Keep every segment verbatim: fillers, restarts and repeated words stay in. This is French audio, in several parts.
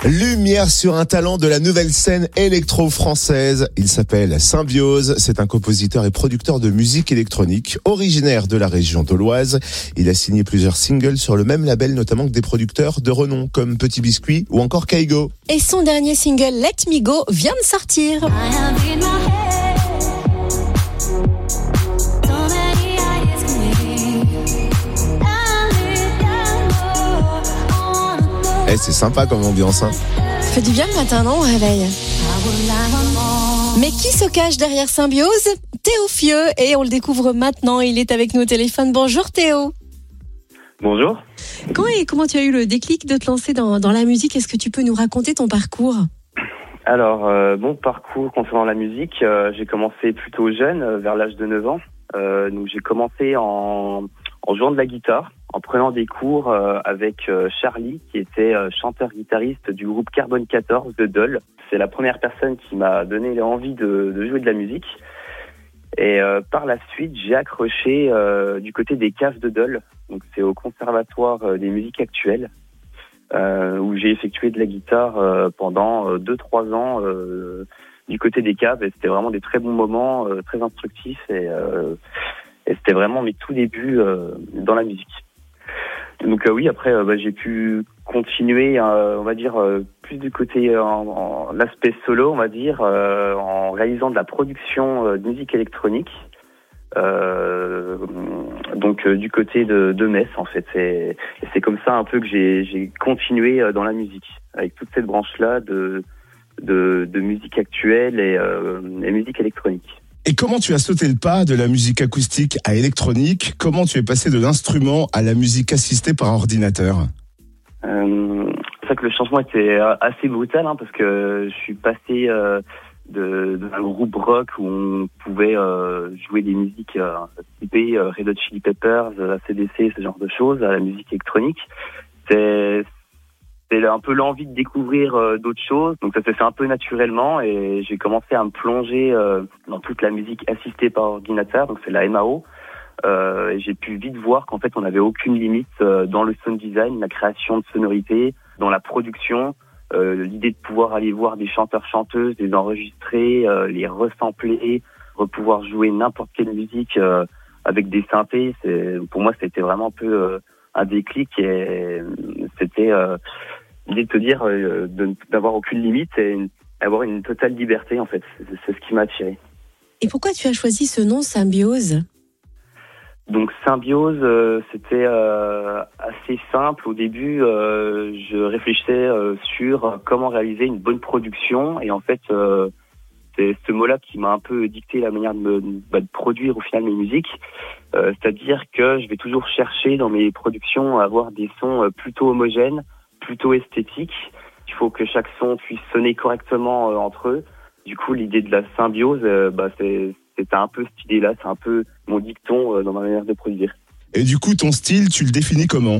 Lumière sur un talent de la nouvelle scène électro-française. Il s'appelle Symbiose. C'est un compositeur et producteur de musique électronique, originaire de la région d'Auloise. Il a signé plusieurs singles sur le même label, notamment que des producteurs de renom comme Petit Biscuit ou encore Kaigo. Et son dernier single, Let Me Go, vient de sortir. Eh, c'est sympa comme ambiance, hein. Ça fait du bien le matin, non, au réveil? Mais qui se cache derrière Symbiose? Théo Fieux, et on le découvre maintenant. Il est avec nous au téléphone. Bonjour Théo. Bonjour. Quand et comment tu as eu le déclic de te lancer dans, dans la musique? Est-ce que tu peux nous raconter ton parcours? Alors, euh, mon parcours concernant la musique, euh, j'ai commencé plutôt jeune, euh, vers l'âge de neuf ans. Euh, donc j'ai commencé en, en jouant de la guitare, en prenant des cours euh, avec euh, Charlie, qui était euh, chanteur-guitariste du groupe Carbone quatorze de Dole. C'est la première personne qui m'a donné envie de, de jouer de la musique. Et euh, par la suite, j'ai accroché euh, du côté des caves de Dole. Donc c'est au Conservatoire euh, des musiques actuelles, euh, où j'ai effectué de la guitare euh, pendant euh, deux trois ans euh, du côté des caves. Et c'était vraiment des très bons moments, euh, très instructifs. Et, euh, et c'était vraiment mes tout débuts euh, dans la musique. Donc euh, oui, après euh, bah, j'ai pu continuer, euh, on va dire, euh, plus du côté euh, en, en l'aspect solo, on va dire, euh, en réalisant de la production euh, de musique électronique. Euh, donc euh, du côté de, de Metz, en fait. Et, et c'est comme ça un peu que j'ai, j'ai continué euh, dans la musique, avec toute cette branche-là de, de, de musique actuelle et, euh, et musique électronique. Et comment tu as sauté le pas de la musique acoustique à électronique? Comment tu es passé de l'instrument à la musique assistée par ordinateur? euh, C'est vrai que le changement était assez brutal, hein, parce que je suis passé euh, de, d'un groupe rock où on pouvait euh, jouer des musiques euh, typées euh, Red Hot Chili Peppers, A C D C, ce genre de choses, à la musique électronique. C'est C'est un peu l'envie de découvrir euh, d'autres choses. Donc ça s'est fait un peu naturellement et j'ai commencé à me plonger euh, dans toute la musique assistée par ordinateur, donc c'est la M A O. Euh, et j'ai pu vite voir qu'en fait on n'avait aucune limite euh, dans le sound design, la création de sonorités, dans la production, euh, l'idée de pouvoir aller voir des chanteurs-chanteuses, les enregistrer, euh, les resampler, pouvoir jouer n'importe quelle musique euh, avec des synthés. C'est, pour moi c'était vraiment un peu euh, un déclic et c'était euh, l'idée de te dire euh, de, d'avoir aucune limite et avoir une totale liberté, en fait. C'est, c'est ce qui m'a attiré. Et pourquoi tu as choisi ce nom Symbiose? Donc Symbiose, euh, c'était euh, assez simple. Au début, euh, je réfléchissais euh, sur comment réaliser une bonne production et en fait, euh, c'est ce mot-là qui m'a un peu dicté la manière de, me, bah, de produire au final mes musiques. Euh, c'est-à-dire que je vais toujours chercher dans mes productions à avoir des sons plutôt homogènes, plutôt esthétiques. Il faut que chaque son puisse sonner correctement euh, entre eux. Du coup, l'idée de la symbiose, euh, bah, c'est, c'était un peu cette idée-là, c'est un peu mon dicton euh, dans ma manière de produire. Et du coup, ton style, tu le définis comment?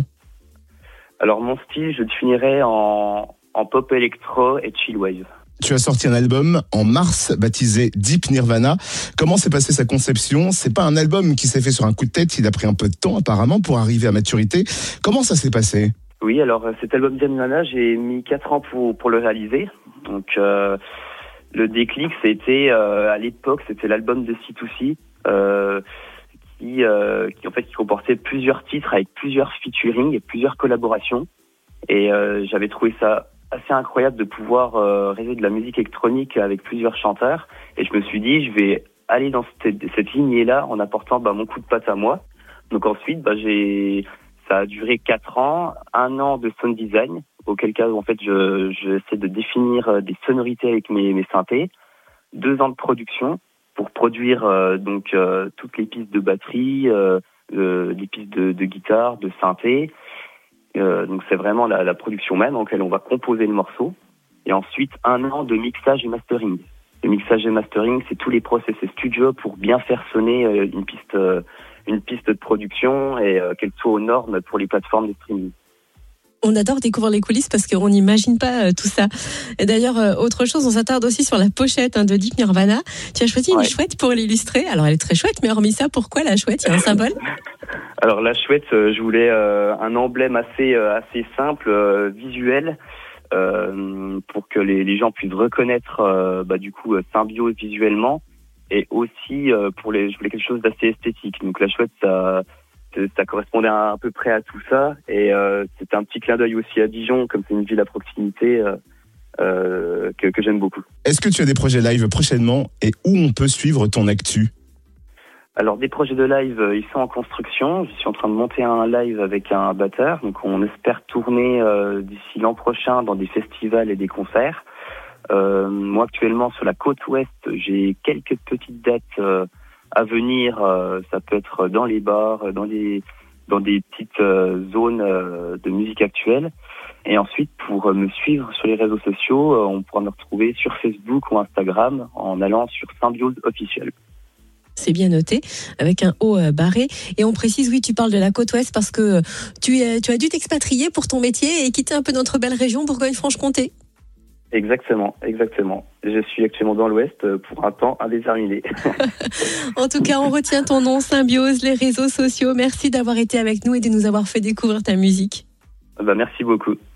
Alors mon style, je le définirais en, en pop électro et chill wave. Tu as sorti un album en mars baptisé Deep Nirvana. Comment s'est passée sa conception? C'est pas un album qui s'est fait sur un coup de tête, il a pris un peu de temps apparemment pour arriver à maturité. Comment ça s'est passé? Oui, alors cet album Deep Nirvana, j'ai mis quatre ans pour, pour le réaliser. Donc euh, le déclic, c'était euh, à l'époque, c'était l'album de C deux C euh, qui, euh, qui en fait qui comportait plusieurs titres avec plusieurs featuring et plusieurs collaborations. Et euh, j'avais trouvé ça assez incroyable de pouvoir euh, réaliser de la musique électronique avec plusieurs chanteurs. Et je me suis dit, je vais aller dans cette, cette lignée-là en apportant bah, mon coup de patte à moi. Donc ensuite, bah, j'ai, ça a duré quatre ans, un an de sound design, auquel cas en fait je, je essaie de définir des sonorités avec mes, mes synthés, deux ans de production pour produire euh, donc euh, toutes les pistes de batterie, euh, euh, les pistes de, de guitare, de synthé. Euh, donc c'est vraiment la, la production même en laquelle on va composer le morceau. Et ensuite, un an de mixage et mastering. Le mixage et mastering, c'est tous les process studio pour bien faire sonner euh, une piste, euh, une piste de production et euh, qu'elle soit aux normes pour les plateformes de streaming. On adore découvrir les coulisses parce qu'on n'imagine pas euh, tout ça. Et d'ailleurs, euh, autre chose, on s'attarde aussi sur la pochette hein, de Deep Nirvana. Tu as choisi ouais. une chouette pour l'illustrer. Alors, elle est très chouette, mais hormis ça, pourquoi la chouette? Il y a un symbole? Alors, la chouette, euh, je voulais euh, un emblème assez, euh, assez simple, euh, visuel, euh, pour que les, les gens puissent reconnaître euh, bah, du coup Symbiose visuellement, et aussi euh, pour les, je voulais quelque chose d'assez esthétique. Donc la chouette, ça, ça correspondait à, à peu près à tout ça, et euh, c'était un petit clin d'œil aussi à Dijon, comme c'est une ville à proximité euh, euh, que, que j'aime beaucoup. Est-ce que tu as des projets live prochainement et où on peut suivre ton actu? Alors des projets de live, euh, ils sont en construction. Je suis en train de monter un live avec un batteur, donc on espère tourner euh, d'ici l'an prochain dans des festivals et des concerts. Euh, moi actuellement sur la côte ouest, j'ai quelques petites dates euh, à venir. Euh, ça peut être dans les bars, dans des dans des petites euh, zones euh, de musique actuelle. Et ensuite, pour me suivre sur les réseaux sociaux, euh, on pourra me retrouver sur Facebook ou Instagram en allant sur Symbiose officiel. C'est bien noté, avec un O barré. Et on précise, oui, tu parles de la côte ouest parce que tu, es, tu as dû t'expatrier pour ton métier et quitter un peu notre belle région, Bourgogne-Franche-Comté. Exactement, exactement. Je suis actuellement dans l'ouest pour un temps indéterminé. En tout cas, on retient ton nom, Symbiose, les réseaux sociaux. Merci d'avoir été avec nous et de nous avoir fait découvrir ta musique. Bah, merci beaucoup.